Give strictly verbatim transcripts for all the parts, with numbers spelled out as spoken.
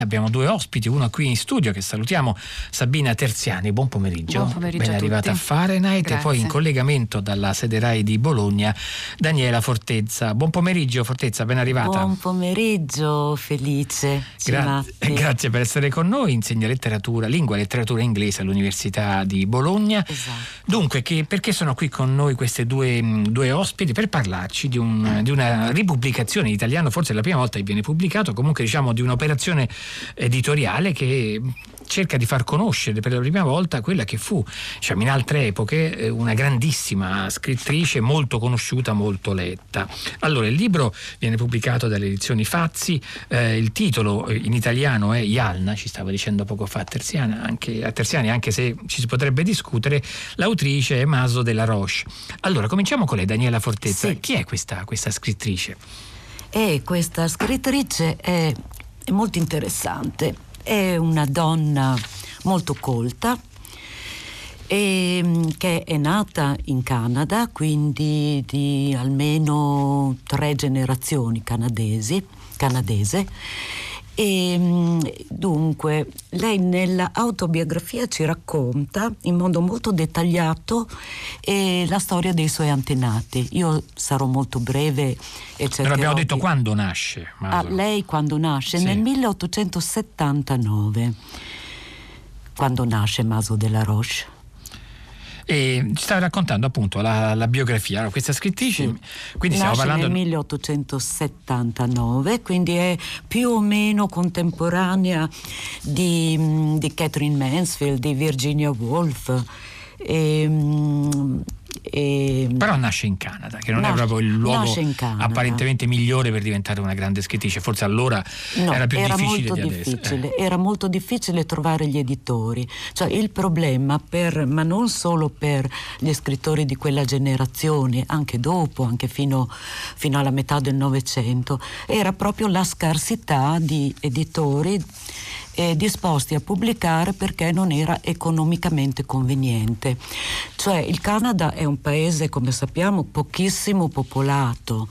Abbiamo due ospiti, uno qui in studio che salutiamo, Sabina Terziani, buon pomeriggio. Buon pomeriggio ben a arrivata tutti. a Fahrenheit. Grazie. E poi in collegamento dalla sede RAI di Bologna Daniela Fortezza. Buon pomeriggio Fortezza, ben arrivata. Buon pomeriggio Felice. Gra- grazie per essere con noi, insegna letteratura, lingua e letteratura inglese all'Università di Bologna. Esatto. Dunque, che, perché sono qui con noi queste due, due ospiti? Per parlarci di, un, di una ripubblicazione in italiano, forse è la prima volta che viene pubblicato, comunque diciamo di un'operazione editoriale che cerca di far conoscere per la prima volta quella che fu, diciamo, in altre epoche una grandissima scrittrice, molto conosciuta, molto letta. Allora, il libro viene pubblicato dalle edizioni Fazzi, eh, il titolo in italiano è Jalna, ci stava dicendo poco fa a Terziani, anche, a Terziani, anche se ci si potrebbe discutere. L'autrice è Maso della Roche. Allora, cominciamo con lei, Daniela Fortezza. Sì. Chi è questa, questa scrittrice? E questa scrittrice è, è molto interessante. È una donna molto colta e, che è nata in Canada, quindi di almeno tre generazioni canadesi, canadese. E dunque lei nella autobiografia ci racconta in modo molto dettagliato eh, la storia dei suoi antenati. Io sarò molto breve e cercherò. Non abbiamo di... detto quando nasce. Ah, lei quando nasce? Sì. Nel milleottocentosettantanove, quando nasce Maso della Roche. E ci stava raccontando appunto la, la biografia. Allora, questa scrittrice, sì. quindi stiamo Nasce parlando nel milleottocentosettantanove, quindi è più o meno contemporanea di, di Catherine Mansfield, di Virginia Woolf. E, e... Però nasce in Canada, che non nasce, è proprio il luogo apparentemente migliore per diventare una grande scrittrice. Forse allora no, era più era difficile molto di difficile, adesso. Eh. Era molto difficile trovare gli editori. Cioè il problema, per, ma non solo per gli scrittori di quella generazione, anche dopo, anche fino, fino alla metà del Novecento, era proprio la scarsità di editori Eh, disposti a pubblicare perché non era economicamente conveniente. Cioè il Canada è un paese, come sappiamo, pochissimo popolato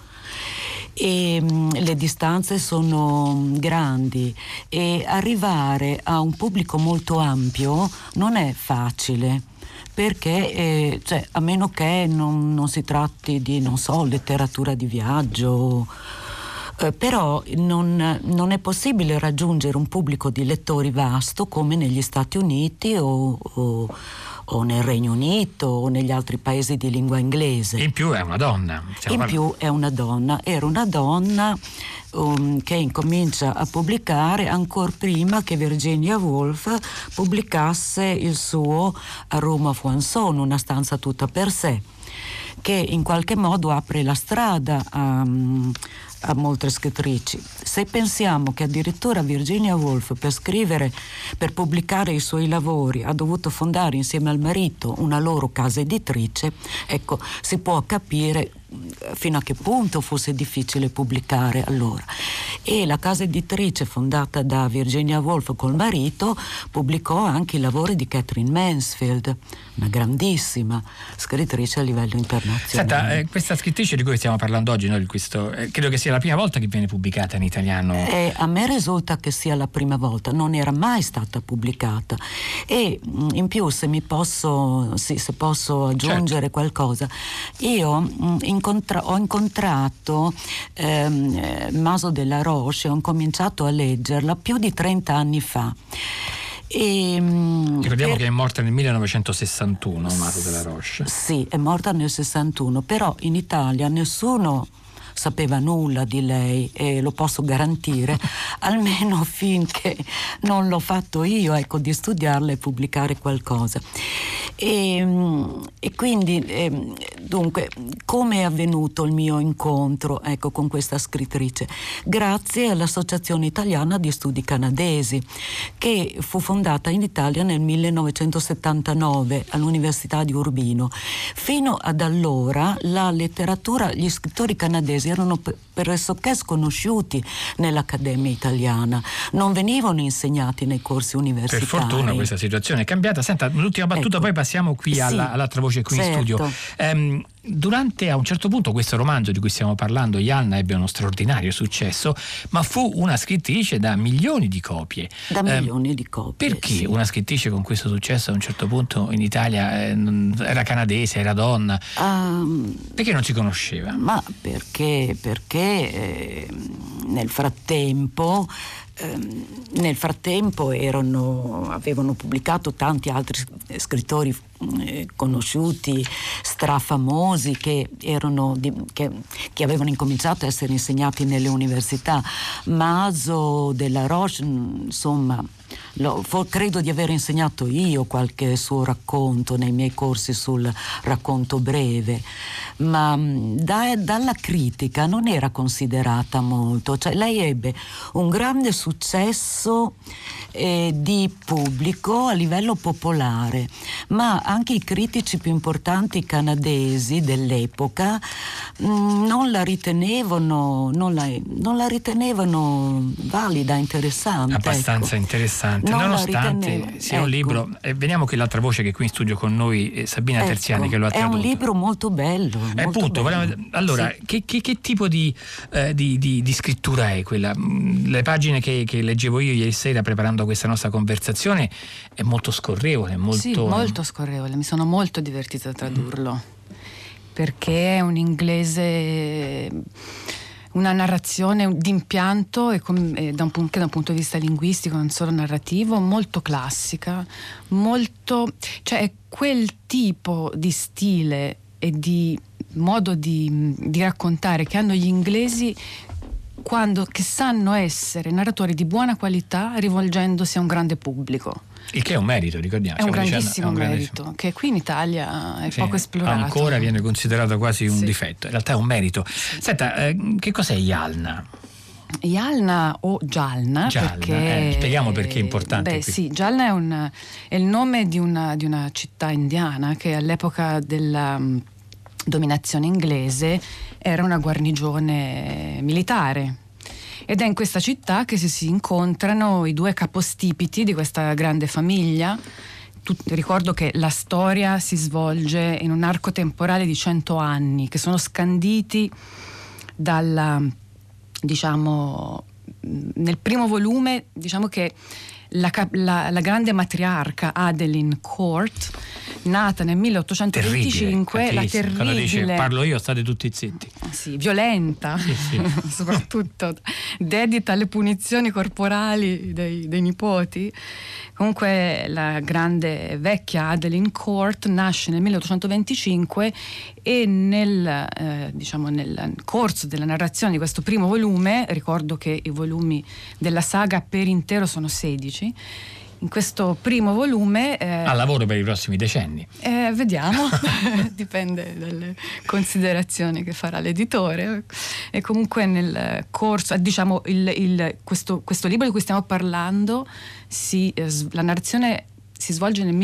e mh, le distanze sono grandi e arrivare a un pubblico molto ampio non è facile. Perché, eh, cioè, a meno che non, non si tratti di, non so, letteratura di viaggio. Eh, però non, non è possibile raggiungere un pubblico di lettori vasto come negli Stati Uniti o, o, o nel Regno Unito o negli altri paesi di lingua inglese. In più è una donna. In parlando. più è una donna. Era una donna um, che incomincia a pubblicare ancora prima che Virginia Woolf pubblicasse il suo A Room of One's Own, una stanza tutta per sé, che in qualche modo apre la strada a, a molte scrittrici. Se pensiamo che addirittura Virginia Woolf per scrivere, per pubblicare i suoi lavori ha dovuto fondare insieme al marito una loro casa editrice, ecco, si può capire fino a che punto fosse difficile pubblicare allora. E la casa editrice fondata da Virginia Woolf col marito pubblicò anche i lavori di Catherine Mansfield, una grandissima scrittrice a livello internazionale. Senta, eh, questa scrittrice di cui stiamo parlando oggi, noi, questo, eh, credo che sia la prima volta che viene pubblicata in italiano. Eh, a me risulta che sia la prima volta, non era mai stata pubblicata. E in più, se mi posso, sì, se posso aggiungere certo. qualcosa, io in Incontra- ho incontrato ehm, Maso della Roche, ho incominciato a leggerla più di trenta anni fa. E, ricordiamo per... che è morta nel millenovecentosessantuno, Maso della Roche. Sì, è morta nel sessantuno, però in Italia nessuno sapeva nulla di lei e lo posso garantire, almeno finché non l'ho fatto io, ecco, di studiarla e pubblicare qualcosa. E, e quindi eh, dunque come è avvenuto il mio incontro, ecco, con questa scrittrice? Grazie all'Associazione Italiana di Studi Canadesi, che fu fondata in Italia nel millenovecentosettantanove all'Università di Urbino. Fino ad allora la letteratura, gli scrittori canadesi erano pressoché sconosciuti nell'Accademia Italiana, non venivano insegnati nei corsi universitari. Per fortuna questa situazione è cambiata. Senta, l'ultima battuta, ecco. Poi passiamo passiamo qui Sì, alla, all'altra voce qui certo. in studio. Um, durante, a un certo punto, questo romanzo di cui stiamo parlando, Jalna, ebbe uno straordinario successo, ma fu una scrittrice da milioni di copie. Da milioni um, di copie. Perché sì. una scrittrice con questo successo a un certo punto in Italia eh, era canadese, era donna? Um, perché non si conosceva? Ma perché, perché eh, nel frattempo Nel frattempo erano, avevano pubblicato tanti altri scrittori eh, conosciuti, strafamosi, che erano di, che, che avevano incominciato a essere insegnati nelle università. Maso, Della Roche, insomma, lo, for, credo di aver insegnato io qualche suo racconto nei miei corsi sul racconto breve, ma da, dalla critica non era considerata molto. Cioè, lei ebbe un grande successo eh, di pubblico a livello popolare, ma anche i critici più importanti canadesi dell'epoca mh, non la ritenevano non la, non la ritenevano valida, interessante. Abbastanza ecco. interessante, non nonostante sia ecco. un libro. E veniamo qui l'altra voce che è qui in studio con noi, eh, Sabina ecco, Terziani, che lo ha tradotto. È un libro molto bello. Eh, molto appunto, bello. allora, sì. che, che, che tipo di, eh, di, di, di scrittura è quella? Le pagine che, che leggevo io ieri sera preparando questa nostra conversazione è molto scorrevole, molto... Sì, molto scorrevole, mi sono molto divertita a tradurlo, mm. perché è un inglese, una narrazione d'impianto e, com- e da un, anche da un punto di vista linguistico, non solo narrativo, molto classica, molto, cioè è quel tipo di stile e di modo di, di raccontare che hanno gli inglesi quando che sanno essere narratori di buona qualità rivolgendosi a un grande pubblico. Il che è un merito, ricordiamo. È un grandissimo dicendo, è un merito, grandissimo. che qui in Italia è sì, poco esplorato. Ancora viene considerato quasi un sì. difetto, in realtà è un merito. Sì. Senta, eh, che cos'è Jalna? Jalna o Jalna, Jalna perché, eh, spieghiamo perché è importante. Beh qui. sì, Jalna è, un, è il nome di una, di una città indiana che all'epoca della um, dominazione inglese era una guarnigione militare. Ed è in questa città che si, si incontrano i due capostipiti di questa grande famiglia. Tut- ricordo che la storia si svolge in un arco temporale di cento anni, che sono scanditi dalla, diciamo, nel primo volume, diciamo che la, la, la grande matriarca Adeline Court, nata nel milleottocentoventicinque, terribile, la terribile, quando dice parlo io state tutti zitti, sì, violenta, sì, sì. soprattutto dedita alle punizioni corporali dei, dei nipoti. Comunque la grande vecchia Adeline Court nasce nel milleottocentoventicinque e nel, eh, diciamo nel corso della narrazione di questo primo volume, ricordo che i volumi della saga per intero sono sedici, in questo primo volume eh, ha lavoro per i prossimi decenni, eh, vediamo dipende dalle considerazioni che farà l'editore. E comunque nel corso, diciamo il, il, questo, questo libro di cui stiamo parlando si, eh, la narrazione si svolge nel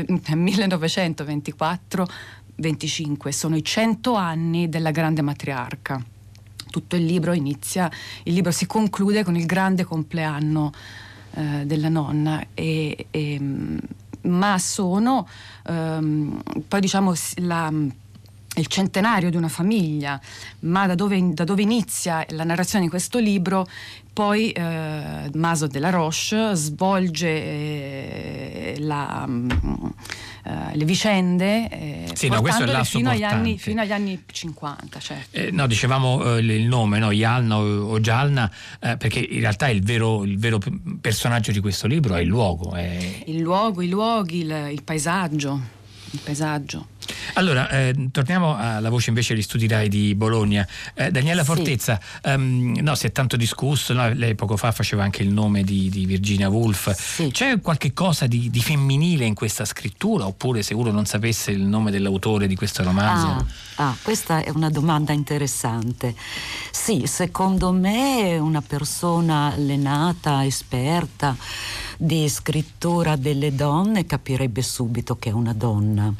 millenovecentoventiquattro venticinque, sono i cento anni della grande matriarca. Tutto il libro inizia, il libro si conclude con il grande compleanno eh, della nonna, e, e, ma sono ehm, poi diciamo la, il centenario di una famiglia, ma da dove, da dove inizia la narrazione di questo libro poi eh, Maso Della Roche svolge eh, la, eh, le vicende eh, sì, no, questo è il fino agli, anni, fino agli anni cinquanta. Certo. Eh, no, dicevamo eh, il nome, no? Jalna o, o Jalna, eh, perché in realtà il vero, il vero personaggio di questo libro è il luogo. È... Il luogo, i luoghi, il, il paesaggio. Il paesaggio. Allora, eh, torniamo alla voce invece degli studi Rai di Bologna. Eh, Daniela Fortezza, sì. um, no, si è tanto discusso, no? Lei poco fa faceva anche il nome di, di Virginia Woolf. Sì. C'è qualche cosa di, di femminile in questa scrittura, oppure se uno non sapesse il nome dell'autore di questo romanzo? Ah, ah, questa è una domanda interessante. Sì, secondo me è una persona allenata, esperta di scrittura delle donne, capirebbe subito che è una donna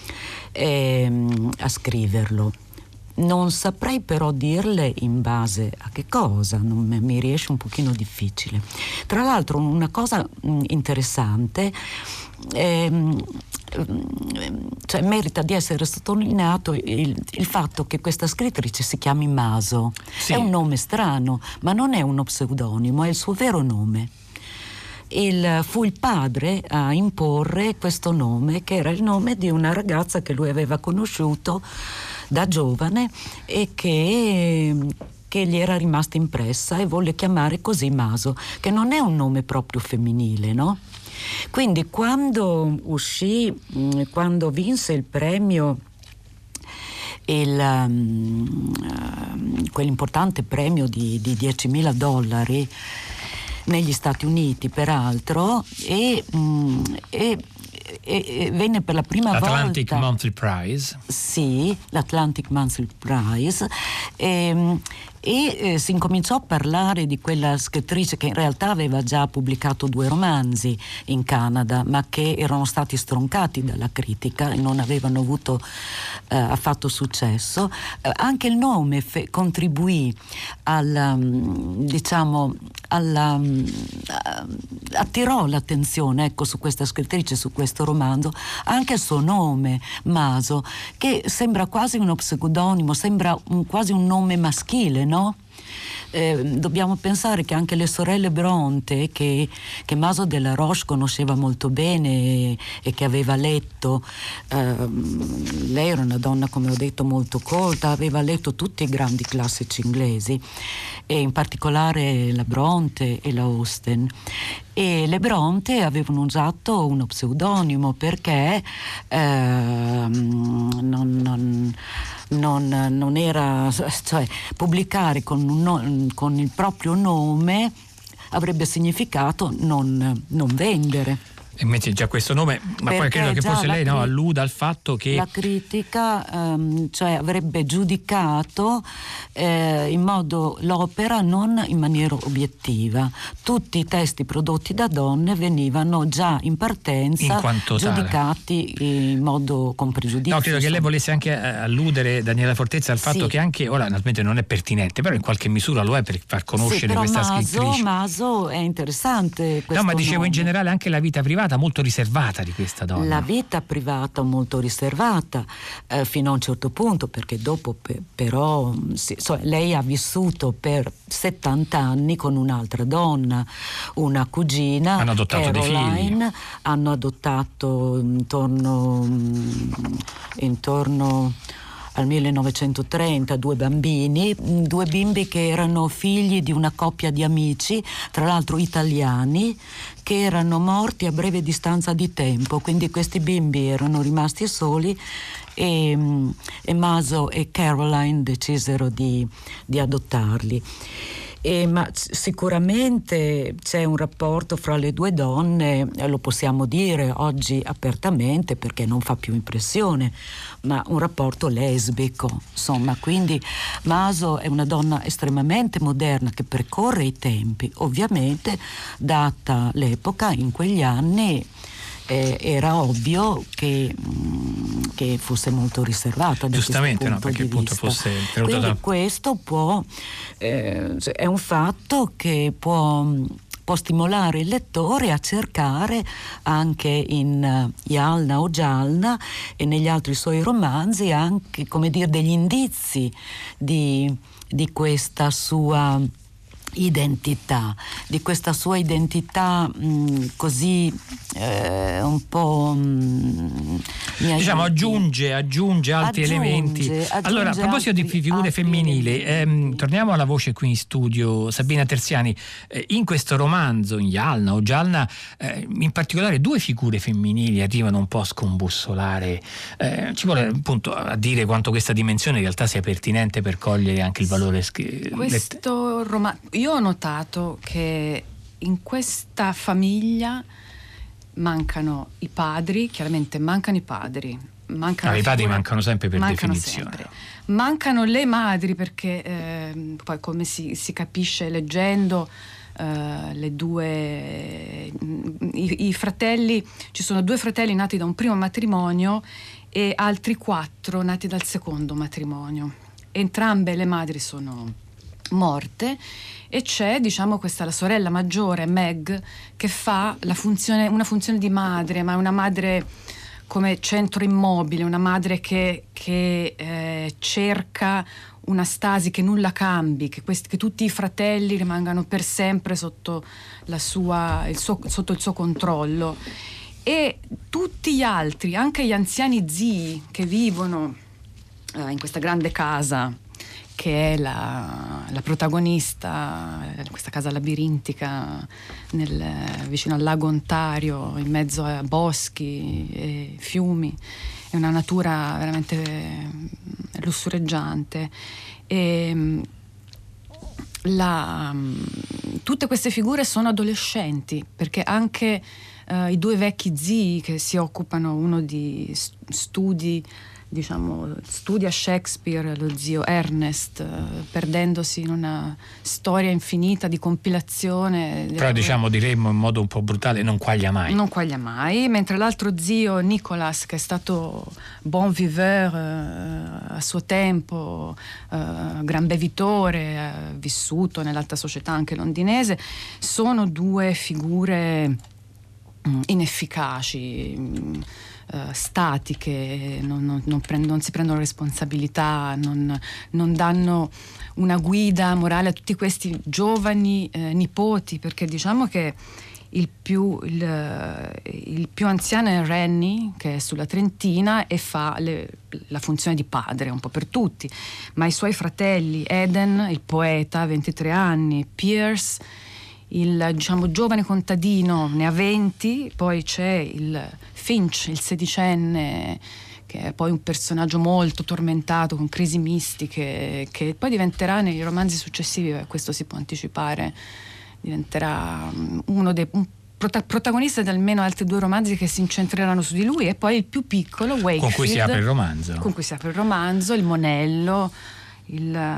ehm, a scriverlo. Non saprei però dirle in base a che cosa, non mi, mi riesce un pochino difficile. Tra l'altro una cosa mh, interessante, ehm, cioè merita di essere sottolineato il, il fatto che questa scrittrice si chiami Maso. Sì. È un nome strano, ma non è uno pseudonimo, è il suo vero nome. Il, fu il padre a imporre questo nome, che era il nome di una ragazza che lui aveva conosciuto da giovane e che, che gli era rimasta impressa, e volle chiamare così Maso, che non è un nome proprio femminile, no? Quindi quando uscì, quando vinse il premio, il, um, uh, quell'importante premio di, di diecimila dollari negli Stati Uniti, peraltro, e, um, e, e, e venne per la prima L'Atlantic volta Monthly Prize. Sì, l'Atlantic Monthly Prize. E, e eh, si incominciò a parlare di quella scrittrice che in realtà aveva già pubblicato due romanzi in Canada, ma che erano stati stroncati dalla critica e non avevano avuto eh, affatto successo. Eh, anche il nome fe- contribuì al, diciamo, alla, attirò l'attenzione, ecco, su questa scrittrice, su questo romanzo, anche il suo nome, Maso, che sembra quasi uno pseudonimo, sembra un, quasi un nome maschile, no? Eh, dobbiamo pensare che anche le sorelle Bronte, che, che Maso della Roche conosceva molto bene e, e che aveva letto, eh, lei era una donna, come ho detto, molto colta, aveva letto tutti i grandi classici inglesi, e in particolare la Bronte e la Austen. E le Bronte avevano usato uno pseudonimo perché eh, non, non Non, non era, cioè pubblicare con, un no, con il proprio nome avrebbe significato non, non vendere. E metti già questo nome, ma perché poi credo che forse lei cri- no, alluda al fatto che la critica um, cioè avrebbe giudicato eh, in modo l'opera non in maniera obiettiva. Tutti i testi prodotti da donne venivano già in partenza in giudicati tale. In modo con pregiudizio. No, credo che lei volesse anche alludere, Daniela Fortezza, al fatto sì. che anche, ora naturalmente non è pertinente, però in qualche misura lo è per far conoscere sì, questa Maso, scrittrice. Maso è interessante questo No, ma dicevo nome. In generale anche la vita privata molto riservata di questa donna. La vita privata molto riservata eh, fino a un certo punto, perché dopo pe- però sì, so, lei ha vissuto per settanta anni con un'altra donna, una cugina, hanno adottato Caroline, dei figli. Hanno adottato intorno intorno al millenovecentotrenta due bambini, due bimbi che erano figli di una coppia di amici, tra l'altro italiani, che erano morti a breve distanza di tempo, quindi questi bimbi erano rimasti soli e, e Maso e Caroline decisero di, di adottarli. E, ma sicuramente c'è un rapporto fra le due donne, eh, lo possiamo dire oggi apertamente perché non fa più impressione, ma un rapporto lesbico, insomma. Quindi Maso è una donna estremamente moderna che percorre i tempi, ovviamente data l'epoca, in quegli anni eh, era ovvio che, mh, che fosse molto riservata da giustamente, questo punto no, perché di appunto vista. fosse tenuta Quindi da... questo può eh, è un fatto che può può stimolare il lettore a cercare anche in uh, Jalna o Jalna e negli altri suoi romanzi anche, come dire, degli indizi di, di questa sua identità, di questa sua identità mh, così eh, un po' mh, diciamo aggiunge, aggiunge altri aggiunge, elementi. aggiunge allora, a proposito altri, di figure femminili, ehm, torniamo alla voce qui in studio, Sabina Terziani. Eh, in questo romanzo, in Jalna o Jalna, eh, in particolare due figure femminili arrivano un po' a scombussolare, eh, ci vuole appunto a dire quanto questa dimensione in realtà sia pertinente per cogliere anche il valore scr- questo romanzo. Io ho notato che in questa famiglia mancano i padri, chiaramente mancano i padri. Mancano ah, i padri figure, mancano sempre per mancano definizione. Sempre. Mancano le madri perché eh, poi come si, si capisce leggendo eh, le due i, i fratelli, ci sono due fratelli nati da un primo matrimonio e altri quattro nati dal secondo matrimonio. Entrambe le madri sono morte e c'è, diciamo, questa la sorella maggiore Meg che fa la funzione, una funzione di madre, ma una madre come centro immobile, una madre che, che eh, cerca una stasi, che nulla cambi, che, questi, che tutti i fratelli rimangano per sempre sotto, la sua, il suo, sotto il suo controllo, e tutti gli altri, anche gli anziani zii che vivono eh, in questa grande casa che è la, la protagonista, questa casa labirintica nel, vicino al lago Ontario, in mezzo a boschi e fiumi. È una natura veramente lussureggiante. E la, tutte queste figure sono adolescenti, perché anche uh, i due vecchi zii che si occupano, uno di studi, diciamo, studia Shakespeare, lo zio Ernest, uh, perdendosi in una storia infinita di compilazione. Però diciamo, diremmo in modo un po' brutale, non quaglia mai. Non quaglia mai, mentre l'altro zio Nicolas, che è stato bon viveur uh, a suo tempo, uh, gran bevitore, uh, vissuto nell'alta società anche londinese, sono due figure um, inefficaci, um, Uh, statiche, non, non, non, prend- non si prendono responsabilità, non, non danno una guida morale a tutti questi giovani eh, nipoti, perché diciamo che il più, il, il più anziano è Rennie, che è sulla trentina e fa le, la funzione di padre un po' per tutti, ma i suoi fratelli, Eden, il poeta, ventitré anni, Pierce, il, diciamo, giovane contadino, ne ha venti, poi c'è il Finch, il sedicenne, che è poi un personaggio molto tormentato, con crisi mistiche, che poi diventerà nei romanzi successivi, e questo si può anticipare, diventerà uno dei un prota- protagonista di almeno altri due romanzi che si incentreranno su di lui, e poi il più piccolo, Wakefield, con cui si apre il romanzo. Con cui si apre il romanzo, il monello, il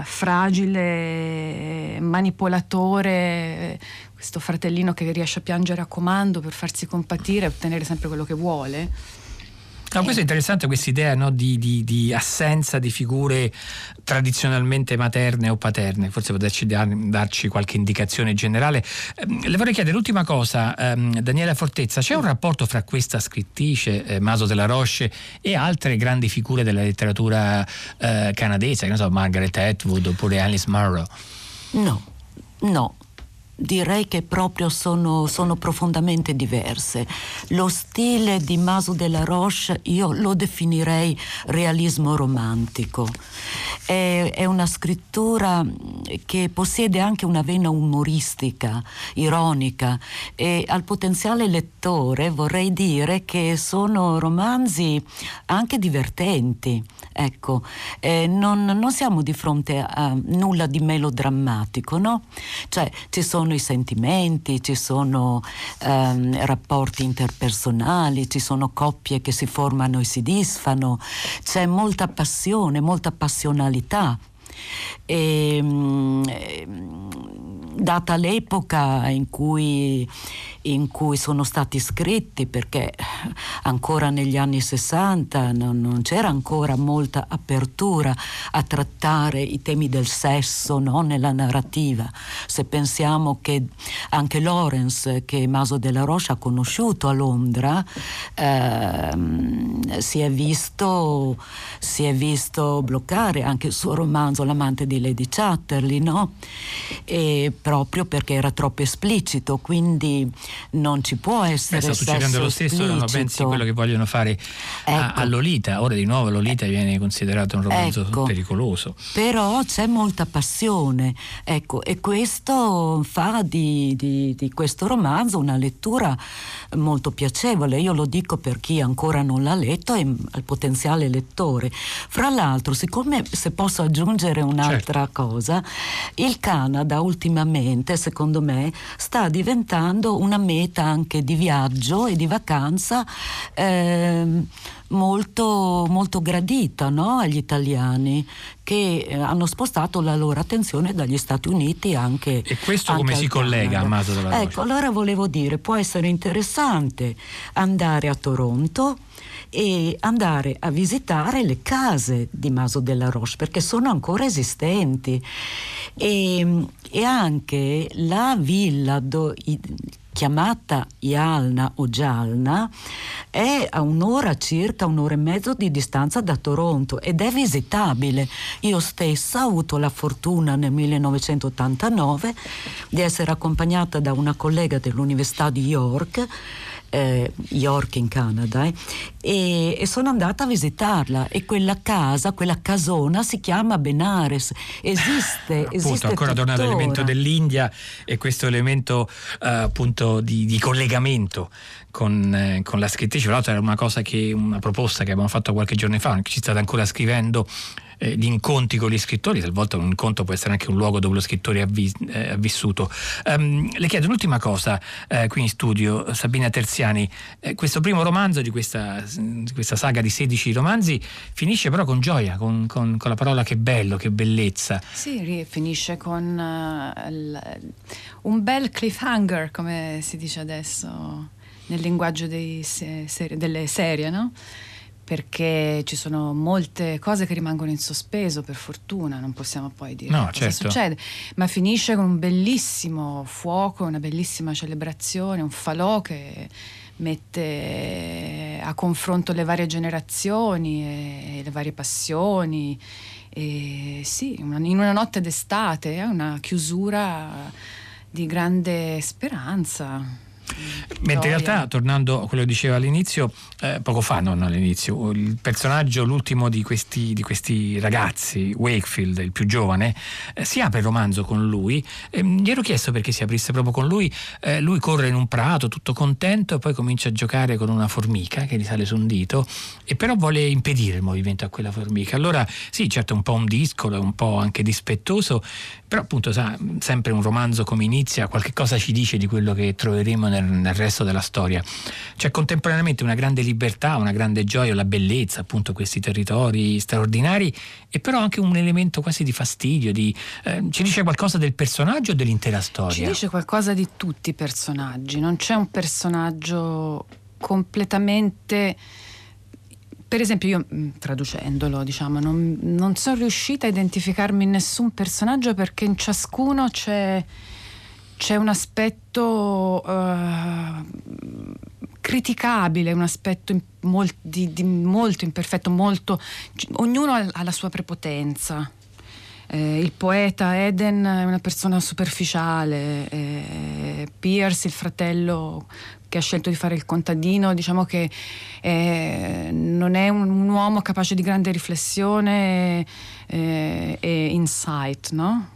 fragile manipolatore, questo fratellino che riesce a piangere a comando per farsi compatire e ottenere sempre quello che vuole. No, questo è interessante, questa idea, no, di, di, di assenza di figure tradizionalmente materne o paterne. Forse potresti dar, darci qualche indicazione generale. Eh, le vorrei chiedere l'ultima cosa, ehm, Daniela Fortezza, c'è un rapporto fra questa scrittrice, eh, Maso de la Roche, e altre grandi figure della letteratura eh, canadese, che ne so, Margaret Atwood oppure Alice Munro? No, no. Direi che proprio sono, sono profondamente diverse. Lo stile di Maso de la Roche io lo definirei realismo romantico. È, è una scrittura che possiede anche una vena umoristica, ironica, e al potenziale lettore vorrei dire che sono romanzi anche divertenti. Ecco, eh, non, non siamo di fronte a nulla di melodrammatico, no? Cioè ci sono i sentimenti, ci sono ehm, rapporti interpersonali, ci sono coppie che si formano e si disfano, c'è molta passione, molta passionalità. E, data l'epoca in cui, in cui sono stati scritti, perché ancora negli anni sessanta non, non c'era ancora molta apertura a trattare i temi del sesso, no, nella narrativa. Se pensiamo che anche Lawrence, che Maso de la Roche ha conosciuto a Londra, ehm, si è visto si è visto bloccare anche il suo romanzo L'amante di Lady Chatterley, no? E proprio perché era troppo esplicito, quindi non ci può essere Beh, sta succedendo lo stesso, esplicito. Non pensi quello che vogliono fare a, ecco. a Lolita. Ora di nuovo Lolita viene considerato un romanzo ecco. pericoloso. Però c'è molta passione, ecco, e questo fa di, di, di questo romanzo una lettura molto piacevole. Io lo dico per chi ancora non l'ha letto e al potenziale lettore. Fra l'altro, siccome, se posso aggiungere un'altra certo. cosa, il Canada ultimamente, secondo me, sta diventando una meta anche di viaggio e di vacanza eh, molto, molto gradita, no? Agli italiani, che eh, hanno spostato la loro attenzione dagli Stati Uniti anche. E questo anche come si Canada. collega a Maso della Roche? Ecco, allora volevo dire, può essere interessante andare a Toronto e andare a visitare le case di Maso de la Roche, perché sono ancora esistenti, e, e anche la villa do, i, chiamata Jalna o Jalna è a un'ora circa, un'ora e mezzo di distanza da Toronto ed è visitabile. Io stessa ho avuto la fortuna nel millenovecentottantanove di essere accompagnata da una collega dell'Università di York, eh, York in Canada, eh, e, e sono andata a visitarla, e quella casa, quella casona si chiama Benares, esiste, appunto, esiste ancora tuttora. Tornando all'elemento dell'India e questo elemento eh, appunto di, di collegamento con, eh, con la scrittrice. Tra l'altro era una cosa che, una proposta che abbiamo fatto qualche giorno fa, che ci state ancora scrivendo, eh, di incontri con gli scrittori. Talvolta un incontro può essere anche un luogo dove lo scrittore ha, vi, eh, ha vissuto. Um, le chiedo un'ultima cosa eh, qui in studio, Sabina Terziani. Eh, questo primo romanzo di questa, di questa saga di sedici romanzi finisce però con gioia, con, con, con la parola che bello, che bellezza. Sì, finisce con uh, l, un bel cliffhanger, come si dice adesso nel linguaggio dei se, ser, delle serie, no? Perché ci sono molte cose che rimangono in sospeso, per fortuna, non possiamo poi dire no, cosa certo. succede, ma finisce con un bellissimo fuoco, una bellissima celebrazione, un falò che mette a confronto le varie generazioni e, e le varie passioni. E sì, una, in una notte d'estate è una chiusura di grande speranza. Mentre in realtà, tornando a quello che diceva all'inizio, eh, poco fa, non all'inizio, il personaggio, l'ultimo di questi, di questi ragazzi, Wakefield, il più giovane, eh, si apre il romanzo con lui. Eh, gli ero chiesto perché si aprisse proprio con lui. Eh, lui corre in un prato tutto contento e poi comincia a giocare con una formica che gli sale su un dito, e però vuole impedire il movimento a quella formica. Allora sì, certo, un po' un discolo, un po' anche dispettoso, però appunto sa, sempre un romanzo come inizia, qualche cosa ci dice di quello che troveremo nel, nel resto della storia. C'è contemporaneamente una grande libertà, una grande gioia, la bellezza, appunto questi territori straordinari, e però anche un elemento quasi di fastidio, di, eh, ci dice qualcosa del personaggio o dell'intera storia? Ci dice qualcosa di tutti i personaggi, non c'è un personaggio completamente... Per esempio io, traducendolo, diciamo, non, non sono riuscita a identificarmi in nessun personaggio, perché in ciascuno c'è, c'è un aspetto uh, criticabile, un aspetto in, mol, di, di molto imperfetto, molto, ognuno ha, ha la sua prepotenza. Eh, il poeta Eden è una persona superficiale, eh, Pierce, il fratello che ha scelto di fare il contadino, diciamo che eh, non è un, un uomo capace di grande riflessione eh, e insight, no?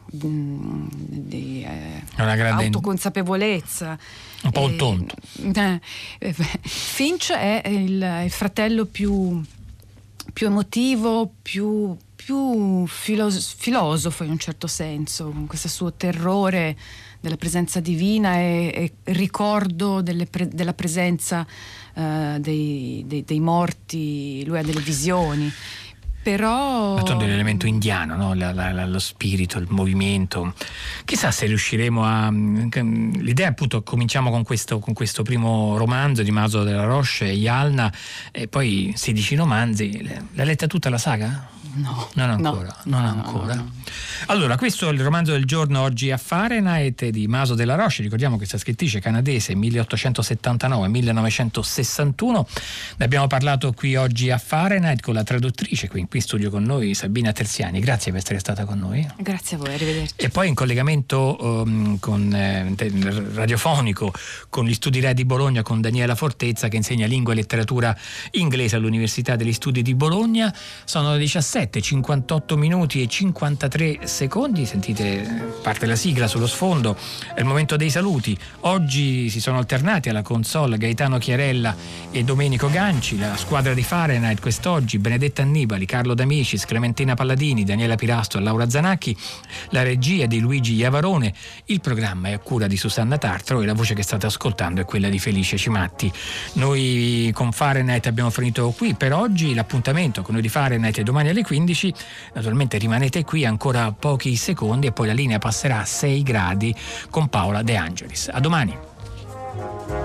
Di eh, una grande autoconsapevolezza. Un po' un tonto. Eh, eh, Finch è il, il fratello più, più emotivo, più più filos- filosofo in un certo senso, con questo suo terrore della presenza divina e, e ricordo delle pre- della presenza uh, dei, dei, dei morti. Lui ha delle visioni, però D'altronde l'elemento indiano, no? la, la, la, lo spirito, il movimento. Chissà se riusciremo a... L'idea appunto, cominciamo con questo, con questo primo romanzo di Maso della Roche e Jalna, e poi sedici romanzi. L'ha letta tutta la saga? No, non ancora, no, non no, ancora. No, no. Allora, questo è il romanzo del giorno oggi a Fahrenheit di Maso della Roche. Ricordiamo questa scrittrice canadese, milleottocentosettantanove millenovecentosessantuno. Ne abbiamo parlato qui oggi a Fahrenheit con la traduttrice qui, qui in studio con noi, Sabina Terziani. Grazie per essere stata con noi. Grazie a voi, arrivederci. E poi in collegamento um, con eh, radiofonico con gli studi Rai di Bologna, con Daniela Fortezza, che insegna lingua e letteratura inglese all'Università degli Studi di Bologna. Sono le diciassette cinquantotto minuti e cinquantatré secondi. Sentite, parte la sigla sullo sfondo, è il momento dei saluti. Oggi si sono alternati alla console Gaetano Chiarella e Domenico Ganci. La squadra di Fahrenheit quest'oggi: Benedetta Annibali, Carlo D'Amicis, Clementina Palladini, Daniela Pirasto e Laura Zanacchi. La regia è di Luigi Iavarone. Il programma è a cura di Susanna Tartaro e la voce che state ascoltando è quella di Felice Cimatti. Noi con Fahrenheit abbiamo finito qui per oggi. L'appuntamento con noi di Fahrenheit è domani alle quindici. Naturalmente rimanete qui ancora pochi secondi e poi la linea passerà a sei gradi con Paola De Angelis. A domani.